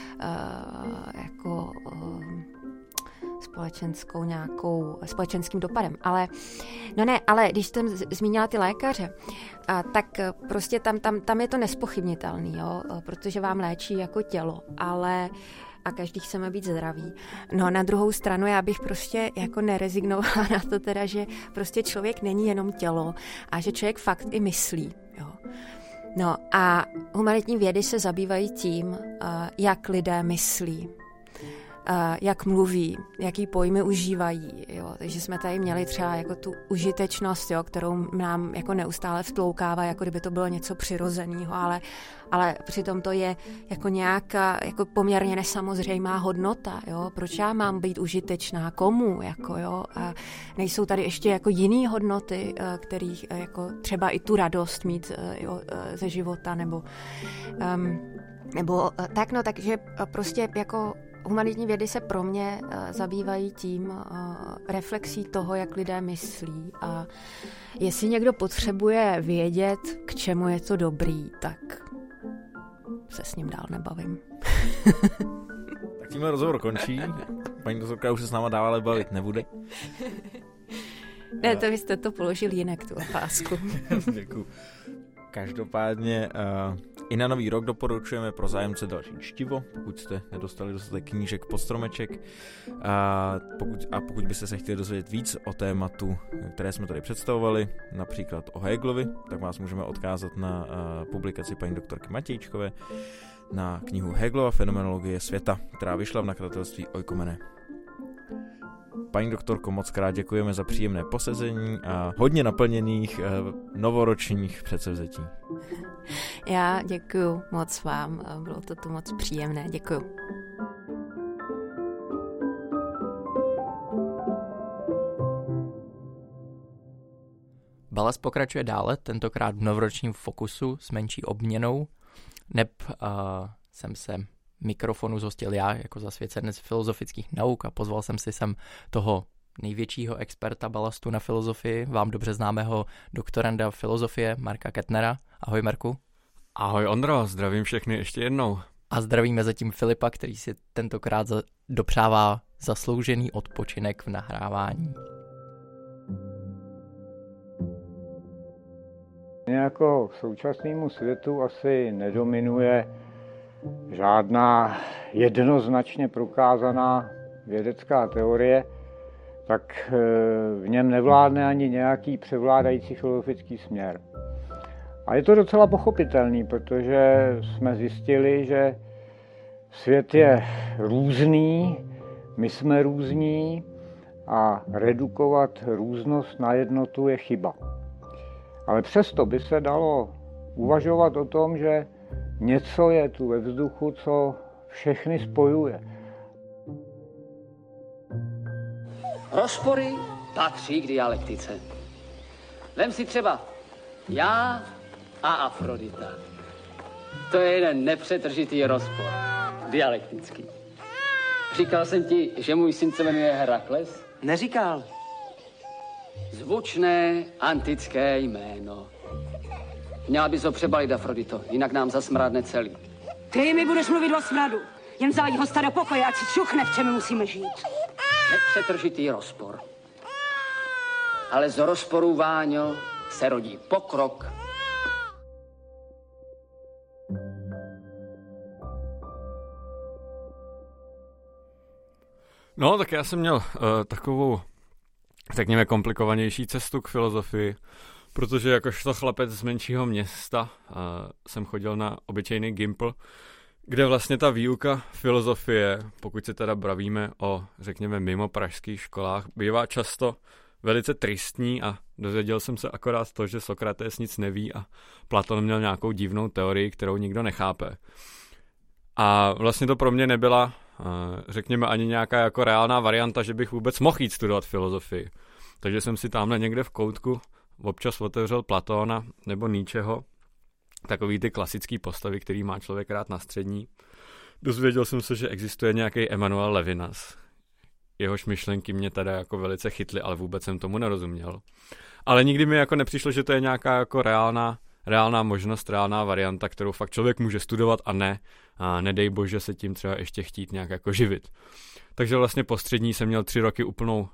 společenským dopadem. Ale když jsem zmínila ty lékaře, tak prostě tam je to nespochybnitelný, jo, protože vám léčí jako tělo, ale a každý chceme být zdravý. No na druhou stranu já bych prostě jako nerezignovala na to teda, že prostě člověk není jenom tělo a že člověk fakt i myslí, jo. No a humanitní vědy se zabývají tím, jak lidé myslí, jak mluví, jaký pojmy užívají, jo. Takže jsme tady měli třeba jako tu užitečnost, jo, kterou nám jako neustále vtloukává, jako kdyby to bylo něco přirozeného, ale přitom to je jako nějaká jako poměrně nesamozřejmá hodnota, jo. Proč já mám být užitečná, komu, jako, jo. A nejsou tady ještě jako jiný hodnoty, kterých jako třeba i tu radost mít, jo, ze života, nebo tak, no, takže prostě jako humanitní vědy se pro mě zabývají tím reflexí toho, jak lidé myslí, a jestli někdo potřebuje vědět, k čemu je to dobrý, tak se s ním dál nebavím. Tak tímhle rozhovor končí. Paní doktorka už se s náma dále bavit nebude. Ne, to vy jste to položil jinak, tu otázku. Děkuju. Každopádně i na nový rok doporučujeme pro zájemce další čtivo, pokud jste nedostali dostatek knížek pod stromeček. Pokud byste se chtěli dozvědět víc o tématu, které jsme tady představovali, například o Hegelovi, tak vás můžeme odkázat na publikaci paní doktorky Matějčkové. na knihu Hegelova Fenomenologie světa, která vyšla v nakladatelství Oikomene. Paní doktorko, moc krát děkujeme za příjemné posezení a hodně naplněných novoročních předsevzetí. Já děkuju moc vám, bylo to tu moc příjemné, děkuju. Balast pokračuje dále, tentokrát v novoročním fokusu s menší obměnou. Jsem se mikrofonu zhostil já jako zasvěcenec filozofických nauk a pozval jsem si sem toho největšího experta balastu na filozofii, vám dobře známého doktoranda filozofie Marka Kettnera. Ahoj Marku. Ahoj Ondro, zdravím všechny ještě jednou. A zdravíme zatím Filipa, který si tentokrát dopřává zasloužený odpočinek v nahrávání. Jako současnému světu asi nedominuje žádná jednoznačně prokázaná vědecká teorie, tak v něm nevládne ani nějaký převládající filozofický směr. A je to docela pochopitelný, protože jsme zjistili, že svět je různý, my jsme různí a redukovat různost na jednotu je chyba. Ale přesto by se dalo uvažovat o tom, že něco je tu ve vzduchu, co všechny spojuje. Rozpory patří k dialektice. Vem si třeba já a Afrodita. To je jeden nepřetržitý rozpor. Dialektický. Říkal jsem ti, že můj syn se jmenuje Herakles? Neříkal. Zvučné antické jméno. Měla bys ho přebalit, Afrodito, jinak nám zasmrádne celý. Ty mi budeš mluvit o smradu. Jen zavadí ho do pokoje, ať si čuchne, v čem musíme žít. Nepřetržitý rozpor. Ale z rozporů, Váňo, se rodí pokrok. No, tak já jsem měl takovou, řekněme, komplikovanější cestu k filozofii, protože jakožto chlapec z menšího města jsem chodil na obyčejný Gimpl, kde vlastně ta výuka filozofie, pokud se teda bavíme o, řekněme, mimo pražských školách, bývá často velice tristní a dozvěděl jsem se akorát to, že Sokrates nic neví a Platon měl nějakou divnou teorii, kterou nikdo nechápe. A vlastně to pro mě nebyla, řekněme, ani nějaká jako reálná varianta, že bych vůbec mohl jít studovat filozofii. Takže jsem si tamhle někde v koutku občas otevřel Platóna nebo Nietzscheho, takový ty klasický postavy, který má člověk rád na střední. Dozvěděl jsem se, že existuje nějaký Emanuel Levinas. Jehož myšlenky mě teda jako velice chytly, ale vůbec jsem tomu nerozuměl. Ale nikdy mi jako nepřišlo, že to je nějaká jako reálná možnost, reálná varianta, kterou fakt člověk může studovat a nedej bože se tím třeba ještě chtít nějak jako živit. Takže vlastně po střední jsem měl 3 roky úplnou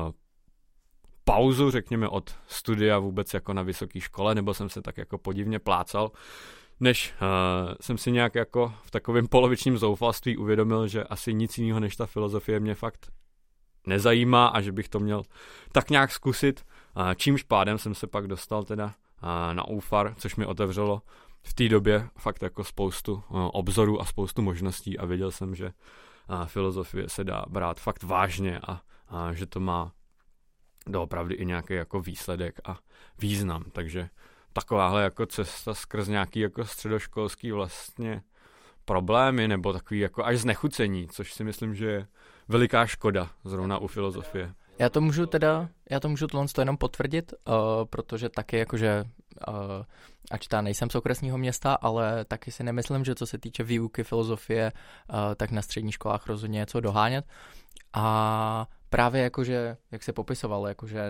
pauzu, řekněme, od studia vůbec jako na vysoké škole, nebo jsem se tak jako podivně plácal, než jsem si nějak jako v takovém polovičním zoufalství uvědomil, že asi nic jiného než ta filozofie mě fakt nezajímá a že bych to měl tak nějak zkusit, čímž pádem jsem se pak dostal teda na úfar, což mi otevřelo v té době fakt jako spoustu obzorů a spoustu možností a věděl jsem, že filozofie se dá brát fakt vážně a že to má doopravdy i nějaký jako výsledek a význam, takže takováhle jako cesta skrz nějaký jako středoškolský vlastně problémy nebo takový jako až znechucení, což si myslím, že je veliká škoda zrovna u filozofie. Já to můžu tohle jenom potvrdit, protože taky jakože, ač ta nejsem z okresního města, ale taky si nemyslím, že co se týče výuky filozofie, tak na středních školách rozhodně něco dohánět. A právě jakože, jak se popisoval, jakože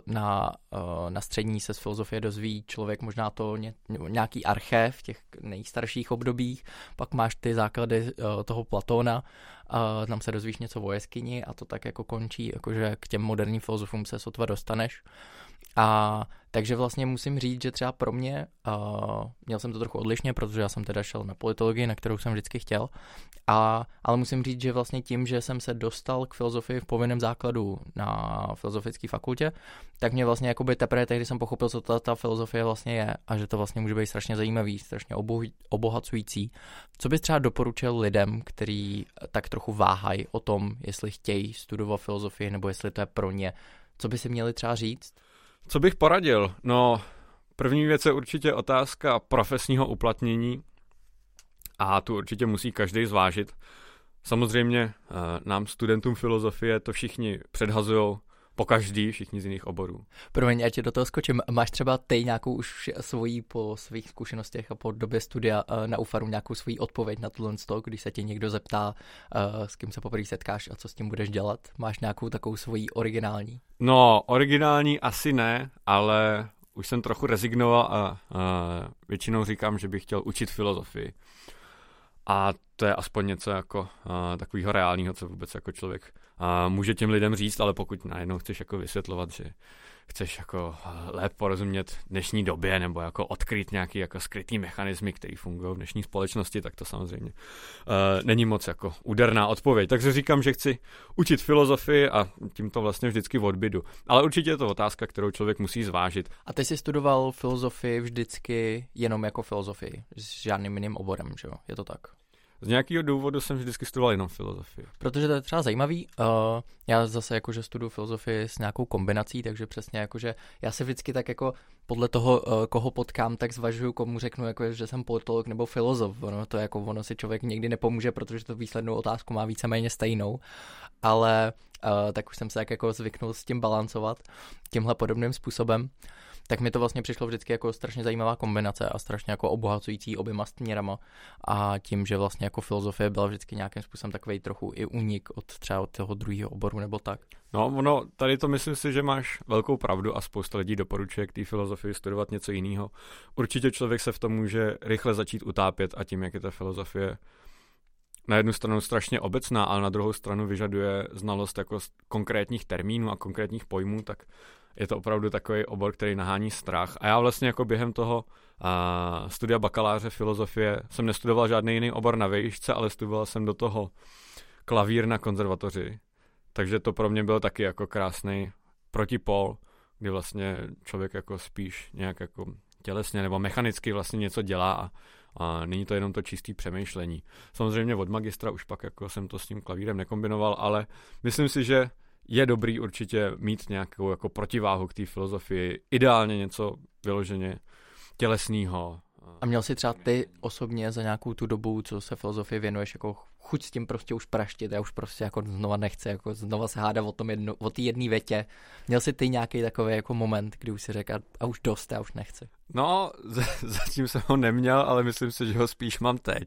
na střední se z filozofie dozví člověk možná to nějaký arché v těch nejstarších obdobích, pak máš ty základy toho Platóna tam se dozvíš něco o jeskyni a to tak jako končí, jakože k těm moderním filozofům se sotva dostaneš. A takže vlastně musím říct, že třeba pro mě, měl jsem to trochu odlišně, protože já jsem teda šel na politologii, na kterou jsem vždycky chtěl, ale musím říct, že vlastně tím, že jsem se dostal k filozofii v povinném základu na filozofické fakultě, tak mě vlastně jakoby teprve tehdy jsem pochopil, co ta filozofie vlastně je a že to vlastně může být strašně zajímavý, strašně obohacující. Co bys třeba doporučil lidem, kteří tak trochu váhají o tom, jestli chtějí studovat filozofii nebo jestli to je pro ně, co by si měli třeba říct? Co bych poradil? No, první věc je určitě otázka profesního uplatnění a tu určitě musí každý zvážit. Samozřejmě nám, studentům filozofie, to všichni předhazujou pokaždý, všichni z jiných oborů. Promiň, já tě do toho skočím. Máš třeba ty nějakou už svojí po svých zkušenostech a po době studia na UFARu nějakou svoji odpověď na tohle, když se tě někdo zeptá, s kým se poprvé setkáš a co s tím budeš dělat? Máš nějakou takovou svoji originální? No, originální asi ne, ale už jsem trochu rezignoval a většinou říkám, že bych chtěl učit filozofii. A to je aspoň něco jako takového reálního, co vůbec jako člověk může těm lidem říct, ale pokud najednou chceš jako vysvětlovat, že chceš jako lépe porozumět dnešní době nebo jako odkryt nějaký jako skrytý mechanismy, které fungují v dnešní společnosti, tak to samozřejmě není moc jako úderná odpověď. Takže říkám, že chci učit filozofii a tím to vlastně vždycky odbydu. Ale určitě je to otázka, kterou člověk musí zvážit. A ty jsi studoval filozofii vždycky jenom jako filozofii, s žádným jiným oborem, že jo? Je to tak? Z nějakého důvodu jsem vždycky studoval jenom filozofii. Protože to je třeba zajímavý. Já zase jakože studuju filozofii s nějakou kombinací, takže přesně jakože já se vždycky tak jako podle toho, koho potkám, tak zvažuju, komu řeknu, jako, že jsem politolog nebo filozof. Ono si člověk někdy nepomůže, protože to výslednou otázku má víceméně stejnou, ale tak už jsem se tak jako zvyknul s tím balancovat tímhle podobným způsobem. Tak mi to vlastně přišlo vždycky jako strašně zajímavá kombinace a strašně jako obohacující oběma směrama a tím, že vlastně jako filozofie byla vždycky nějakým způsobem takovej trochu i únik od třeba od toho druhého oboru nebo tak. No, tady to myslím si, že máš velkou pravdu a spousta lidí doporučuje k té filozofii studovat něco jiného. Určitě člověk se v tom může rychle začít utápět a tím, jak je ta filozofie na jednu stranu strašně obecná, ale na druhou stranu vyžaduje znalost jako konkrétních termínů a konkrétních pojmů, tak je to opravdu takový obor, který nahání strach. A já vlastně jako během toho studia bakaláře filozofie jsem nestudoval žádný jiný obor na výšce, ale studoval jsem do toho klavír na konzervatoři. Takže to pro mě byl taky jako krásný protipol, kdy vlastně člověk jako spíš nějak jako tělesně nebo mechanicky vlastně něco dělá a není to jenom to čistý přemýšlení. Samozřejmě od magistra už pak jako jsem to s tím klavírem nekombinoval, ale myslím si, že je dobrý určitě mít nějakou jako protiváhu k té filozofii, ideálně něco vyloženě tělesného. A měl jsi třeba ty osobně za nějakou tu dobu, co se filozofii věnuješ, jako chuť s tím prostě už praštit, já už prostě jako znova nechci, jako znova se hádat o té jedné větě. Měl jsi ty nějaký takový jako moment, kdy už si řekl a už dost, já už nechci. No, zatím jsem ho neměl, ale myslím si, že ho spíš mám teď.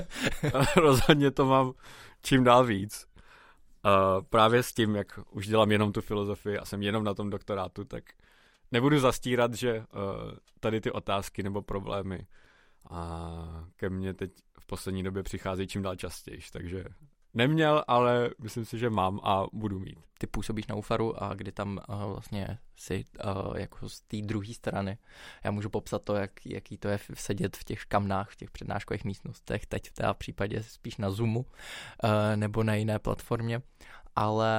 Rozhodně to mám čím dál víc. Právě s tím, jak už dělám jenom tu filozofii a jsem jenom na tom doktorátu, tak nebudu zastírat, že tady ty otázky nebo problémy ke mně teď v poslední době přicházejí čím dál častěji, takže neměl, ale myslím si, že mám a budu mít. Ty působíš na UFARu a kdy tam vlastně si jako z té druhé strany. Já můžu popsat to, jaký to je sedět v těch kamnách, v těch přednáškových místnostech, teď v té případě spíš na Zoomu nebo na jiné platformě, ale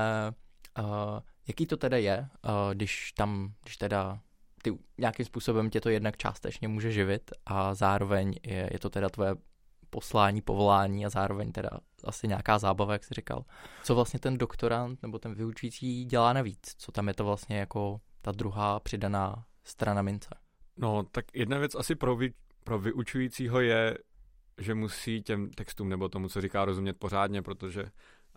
jaký to teda je, když teda ty nějakým způsobem tě to jednak částečně může živit a zároveň je to teda tvoje poslání, povolání a zároveň teda asi nějaká zábava, jak jsi říkal. Co vlastně ten doktorant nebo ten vyučující dělá navíc? Co tam je to vlastně jako ta druhá přidaná strana mince? No, tak jedna věc asi pro vyučujícího je, že musí těm textům nebo tomu, co říká, rozumět pořádně, protože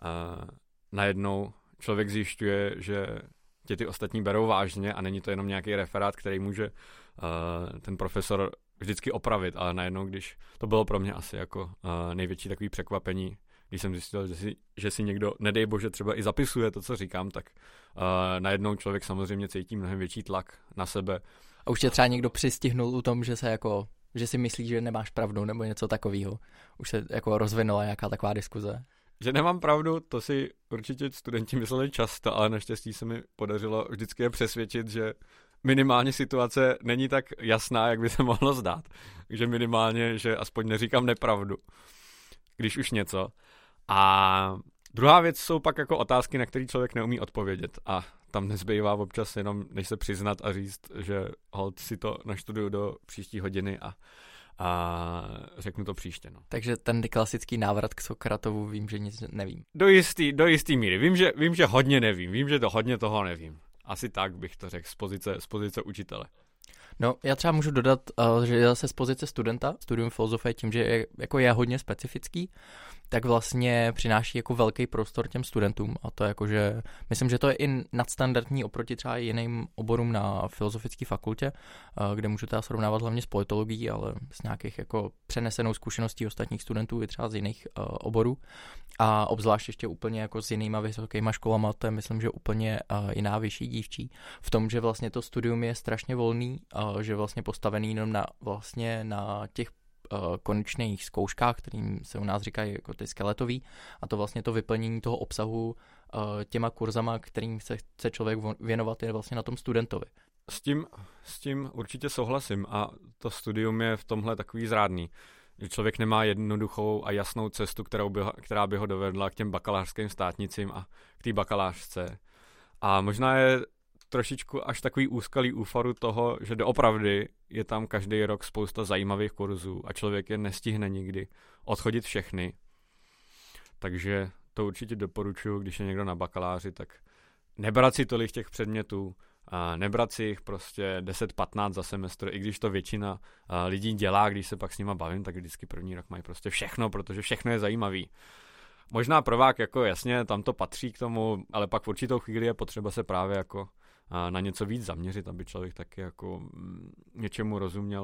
najednou člověk zjišťuje, že tě ty ostatní berou vážně a není to jenom nějaký referát, který může ten profesor vždycky opravit, ale najednou, když to bylo pro mě asi jako největší takový překvapení, když jsem zjistil, že si někdo, nedej bože, třeba i zapisuje to, co říkám, tak najednou člověk samozřejmě cítí mnohem větší tlak na sebe. A už tě třeba někdo přistihnul u tom, že si myslí, že nemáš pravdu nebo něco takového. Už se jako rozvinula nějaká taková diskuze. Že nemám pravdu, to si určitě studenti mysleli často, ale naštěstí se mi podařilo vždycky je přesvědčit, že minimálně situace není tak jasná, jak by se mohlo zdát. Takže minimálně, že aspoň neříkám nepravdu, když už něco. A druhá věc jsou pak jako otázky, na které člověk neumí odpovědět. A tam nezbývá občas jenom, než se přiznat a říct, že holt si to naštuduju do příští hodiny a řeknu to příště. No. Takže ten klasický návrat k Sokratovu, vím, že nic nevím. Do jistý míry. Vím, že hodně nevím. Vím, že hodně toho nevím. Asi tak bych to řekl z pozice učitele. No, já třeba můžu dodat, že zase z pozice studenta, studium filozofie tím, že je hodně specifický, tak vlastně přináší jako velký prostor těm studentům a to jakože, myslím, že to je i nadstandardní oproti třeba jiným oborům na filozofické fakultě, kde můžu teda srovnávat hlavně s politologií, ale s nějakých jako přenesenou zkušeností ostatních studentů i třeba z jiných oborů a obzvlášť ještě úplně jako s jinýma vysokýma školama, to je myslím, že úplně jiná vyšší dívčí v tom, že vlastně to studium je strašně volný, že vlastně postavený jenom na těch konečných zkouškách, kterým se u nás říkají jako ty skeletový, a to vlastně to vyplnění toho obsahu těma kurzama, kterým se chce člověk věnovat, je vlastně na tom studentovi. S tím určitě souhlasím a to studium je v tomhle takový zrádný, že člověk nemá jednoduchou a jasnou cestu, která by ho dovedla k těm bakalářským státnicím a k té bakalářce. A možná je trošičku až takový úskalý úfaru toho, že doopravdy je tam každý rok spousta zajímavých kurzů a člověk je nestihne nikdy odchodit všechny. Takže to určitě doporučuji, když je někdo na bakaláři, tak nebrat si tolik těch předmětů, a nebrat si jich prostě 10-15 za semestr, i když to většina lidí dělá, když se pak s nima bavím, tak vždycky první rok mají prostě všechno, protože všechno je zajímavý. Možná provák, jako jasně, tam to patří k tomu, ale pak v určitou chvíli je potřeba se právě jako na něco víc zaměřit, aby člověk taky jako něčemu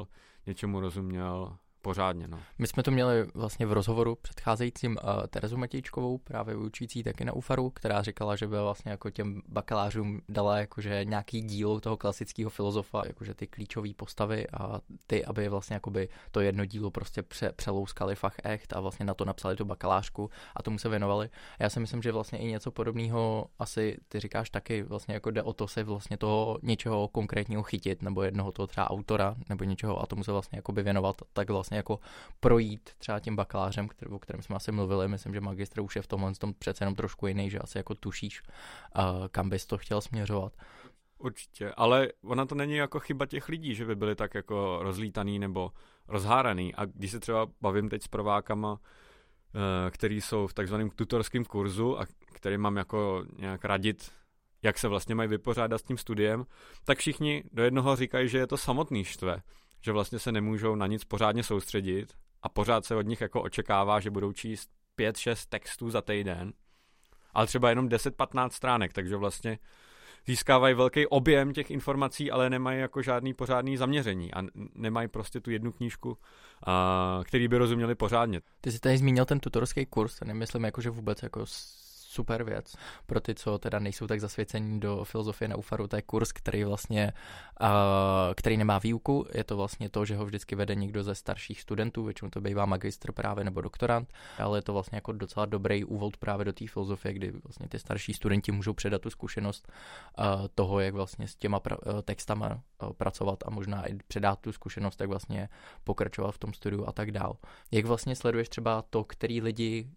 rozuměl pořádně. No. My jsme to měli vlastně v rozhovoru předcházejícím Terezu Matějčkovou, právě učící taky na UFARu, která říkala, že by vlastně jako těm bakalářům dala jakože nějaký dílo toho klasického filozofa, jakože ty klíčové postavy a ty, aby vlastně jakoby to jedno dílo prostě přelouskali fach echt a vlastně na to napsali tu bakalářku a tomu se věnovali. Já si myslím, že vlastně i něco podobného asi ty říkáš taky, vlastně jako jde o to se vlastně toho něčeho konkrétního chytit, nebo jednoho toho třeba autora, nebo něčeho a tomu se vlastně jakoby věnovat, tak vlastně jako projít třeba tím bakalářem, o kterém jsme asi mluvili. Myslím, že magistr už je v tomhle tom přece jenom trošku jiný, že asi jako tušíš, kam bys to chtěl směřovat. Určitě, ale ona to není jako chyba těch lidí, že by byli tak jako rozlítaný nebo rozháraný. A když se třeba bavím teď s prvákama, který jsou v takzvaném tutorském kurzu a který mám jako nějak radit, jak se vlastně mají vypořádat s tím studiem, tak všichni do jednoho říkají, že je to samotný štve, že vlastně se nemůžou na nic pořádně soustředit a pořád se od nich jako očekává, že budou číst 5-6 textů za týden, ale třeba jenom 10-15 stránek, takže vlastně získávají velký objem těch informací, ale nemají jako žádný pořádný zaměření a nemají prostě tu jednu knížku, který by rozuměli pořádně. Ty jsi tady zmínil ten tutorský kurz, nemyslím jako, že vůbec jako super věc. Pro ty, co teda nejsou tak zasvěcení do filozofie na UFARu, to je kurz, který vlastně, který nemá výuku, je to vlastně to, že ho vždycky vede někdo ze starších studentů, většinou to bývá magistr právě nebo doktorant, ale je to vlastně jako docela dobrý úvod právě do té filozofie, kdy vlastně ty starší studenti můžou předat tu zkušenost toho, jak vlastně s těma textama pracovat a možná i předat tu zkušenost, jak vlastně pokračovat v tom studiu a tak dál. Jak vlastně sleduješ třeba to, který lidi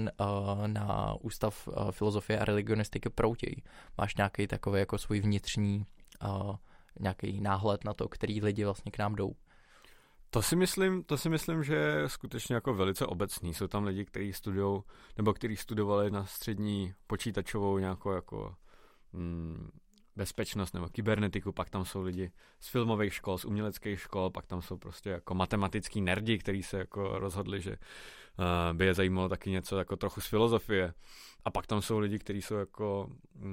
na ústav filozofie a religionistiky proutějí? Máš nějaký takový jako svůj vnitřní nějaký náhled na to, který lidi vlastně k nám jdou? To si myslím, že je skutečně jako velice obecný. Jsou tam lidi, kteří studujou, nebo kteří studovali na střední počítačovou nějakou jako bezpečnost nebo kybernetiku, pak tam jsou lidi z filmových škol, z uměleckých škol, pak tam jsou prostě jako matematický nerdi, kteří se jako rozhodli, že by je zajímalo taky něco jako trochu z filozofie. A pak tam jsou lidi, kteří jsou jako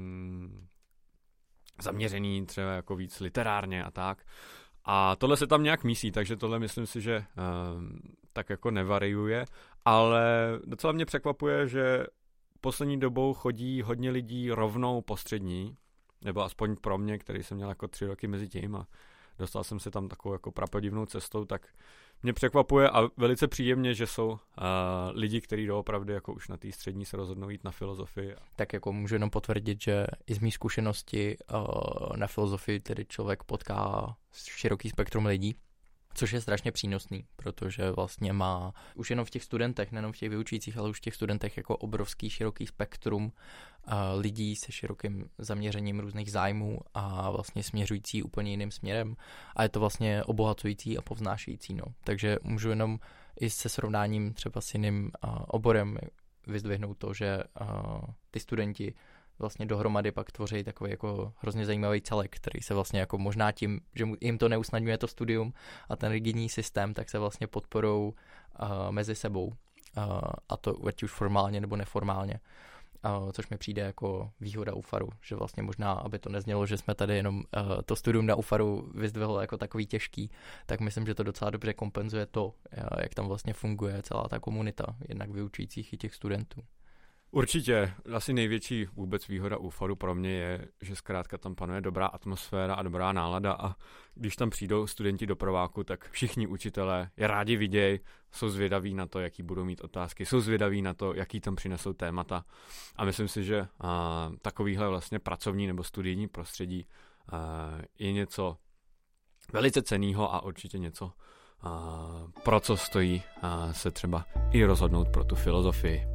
zaměřený třeba jako víc literárně a tak. A tohle se tam nějak mísí, takže tohle myslím si, že tak jako nevariuje, ale docela mě překvapuje, že poslední dobou chodí hodně lidí rovnou po střední, nebo aspoň pro mě, který jsem měl jako 3 roky mezi tím a dostal jsem se tam takovou jako prapodivnou cestou, tak mě překvapuje a velice příjemně, že jsou lidi, kteří doopravdy jako už na té střední se rozhodnou jít na filozofii. Tak jako můžu jenom potvrdit, že i z mý zkušenosti na filozofii tedy člověk potká široký spektrum lidí, což je strašně přínosný, protože vlastně má už jenom v těch studentech, nejenom v těch vyučujících, ale už v těch studentech jako obrovský široký spektrum lidí se širokým zaměřením různých zájmů a vlastně směřující úplně jiným směrem a je to vlastně obohacující a povznášející. No. Takže můžu jenom i se srovnáním třeba s jiným oborem vyzdvihnout to, že ty studenti vlastně dohromady pak tvoří takový jako hrozně zajímavý celek, který se vlastně jako možná tím, že jim to neusnadňuje to studium a ten rigidní systém, tak se vlastně podporou mezi sebou. A to ať už formálně nebo neformálně. Což mi přijde jako výhoda UFARu, že vlastně možná, aby to neznělo, že jsme tady jenom to studium na UFARu vyzdvihlo jako takový těžký, tak myslím, že to docela dobře kompenzuje to, jak tam vlastně funguje celá ta komunita, jednak vyučujících i těch studentů. Určitě. Asi největší vůbec výhoda UFARu pro mě je, že zkrátka tam panuje dobrá atmosféra a dobrá nálada a když tam přijdou studenti do prváku, tak všichni učitelé je rádi vidějí, jsou zvědaví na to, jaký budou mít otázky, jsou zvědaví na to, jaký tam přinesou témata a myslím si, že takovýhle vlastně pracovní nebo studijní prostředí je něco velice cennýho a určitě něco, pro co stojí se třeba i rozhodnout pro tu filozofii.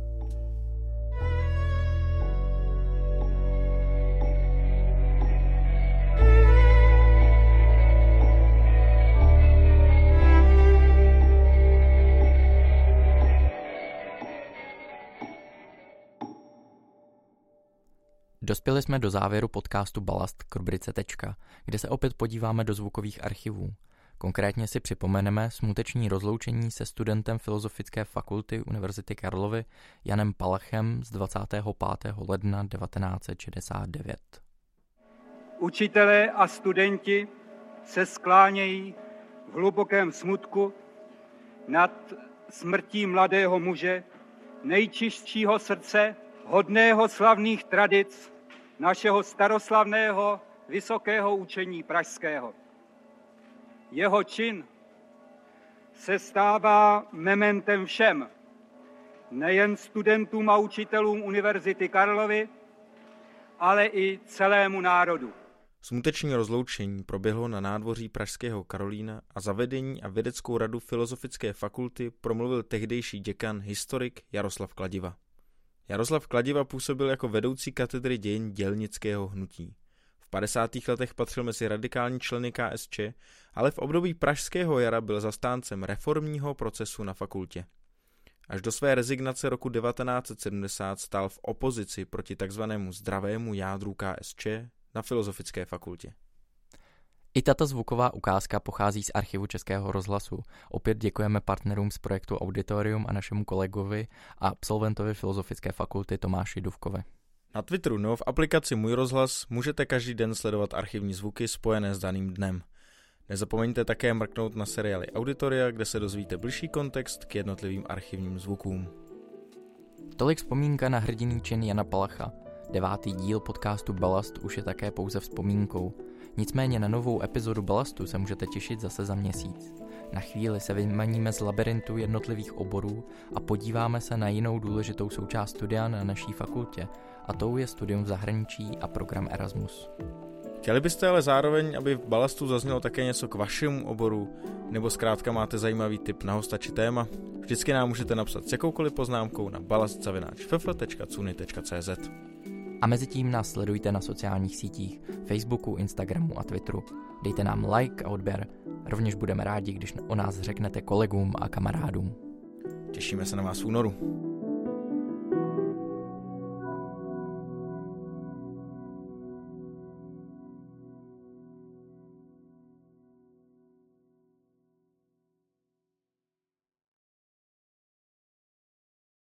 Dospěli jsme do závěru podcastu Balast k rubrice Tečka, kde se opět podíváme do zvukových archivů. Konkrétně si připomeneme smuteční rozloučení se studentem Filozofické fakulty Univerzity Karlovy Janem Palachem z 25. ledna 1969. Učitelé a studenti se sklánějí v hlubokém smutku nad smrtí mladého muže, nejčistšího srdce, hodného slavných tradic našeho staroslavného vysokého učení pražského. Jeho čin se stává mementem všem, nejen studentům a učitelům Univerzity Karlovy, ale i celému národu. Smuteční rozloučení proběhlo na nádvoří pražského Karolína a za vedení a vědeckou radu Filozofické fakulty promluvil tehdejší děkan historik Jaroslav Kladiva. Jaroslav Kladiva působil jako vedoucí katedry dějin dělnického hnutí. V 50. letech patřil mezi radikální členy KSČ, ale v období pražského jara byl zastáncem reformního procesu na fakultě. Až do své rezignace roku 1970 stál v opozici proti takzvanému zdravému jádru KSČ na Filozofické fakultě. I tato zvuková ukázka pochází z archivu Českého rozhlasu. Opět děkujeme partnerům z projektu Auditorium a našemu kolegovi a absolventovi Filozofické fakulty Tomáši Duvkovi. Na Twitteru nebo v aplikaci Můj rozhlas můžete každý den sledovat archivní zvuky spojené s daným dnem. Nezapomeňte také mrknout na seriály Auditoria, kde se dozvíte bližší kontext k jednotlivým archivním zvukům. Tolik vzpomínka na hrdinný čin Jana Palacha. 9. díl podcastu Balast už je také pouze vzpomínkou. Nicméně na novou epizodu Balastu se můžete těšit zase za měsíc. Na chvíli se vymaníme z labirintu jednotlivých oborů a podíváme se na jinou důležitou součást studia na naší fakultě, a tou je studium v zahraničí a program Erasmus. Chtěli byste ale zároveň, aby v Balastu zaznělo také něco k vašemu oboru, nebo zkrátka máte zajímavý tip na hosta či téma? Vždycky nám můžete napsat s jakoukoliv poznámkou na balast@ffl.cuny.cz. A mezi tím nás sledujte na sociálních sítích, Facebooku, Instagramu a Twitteru. Dejte nám like a odběr. Rovněž budeme rádi, když o nás řeknete kolegům a kamarádům. Těšíme se na vás v únoru.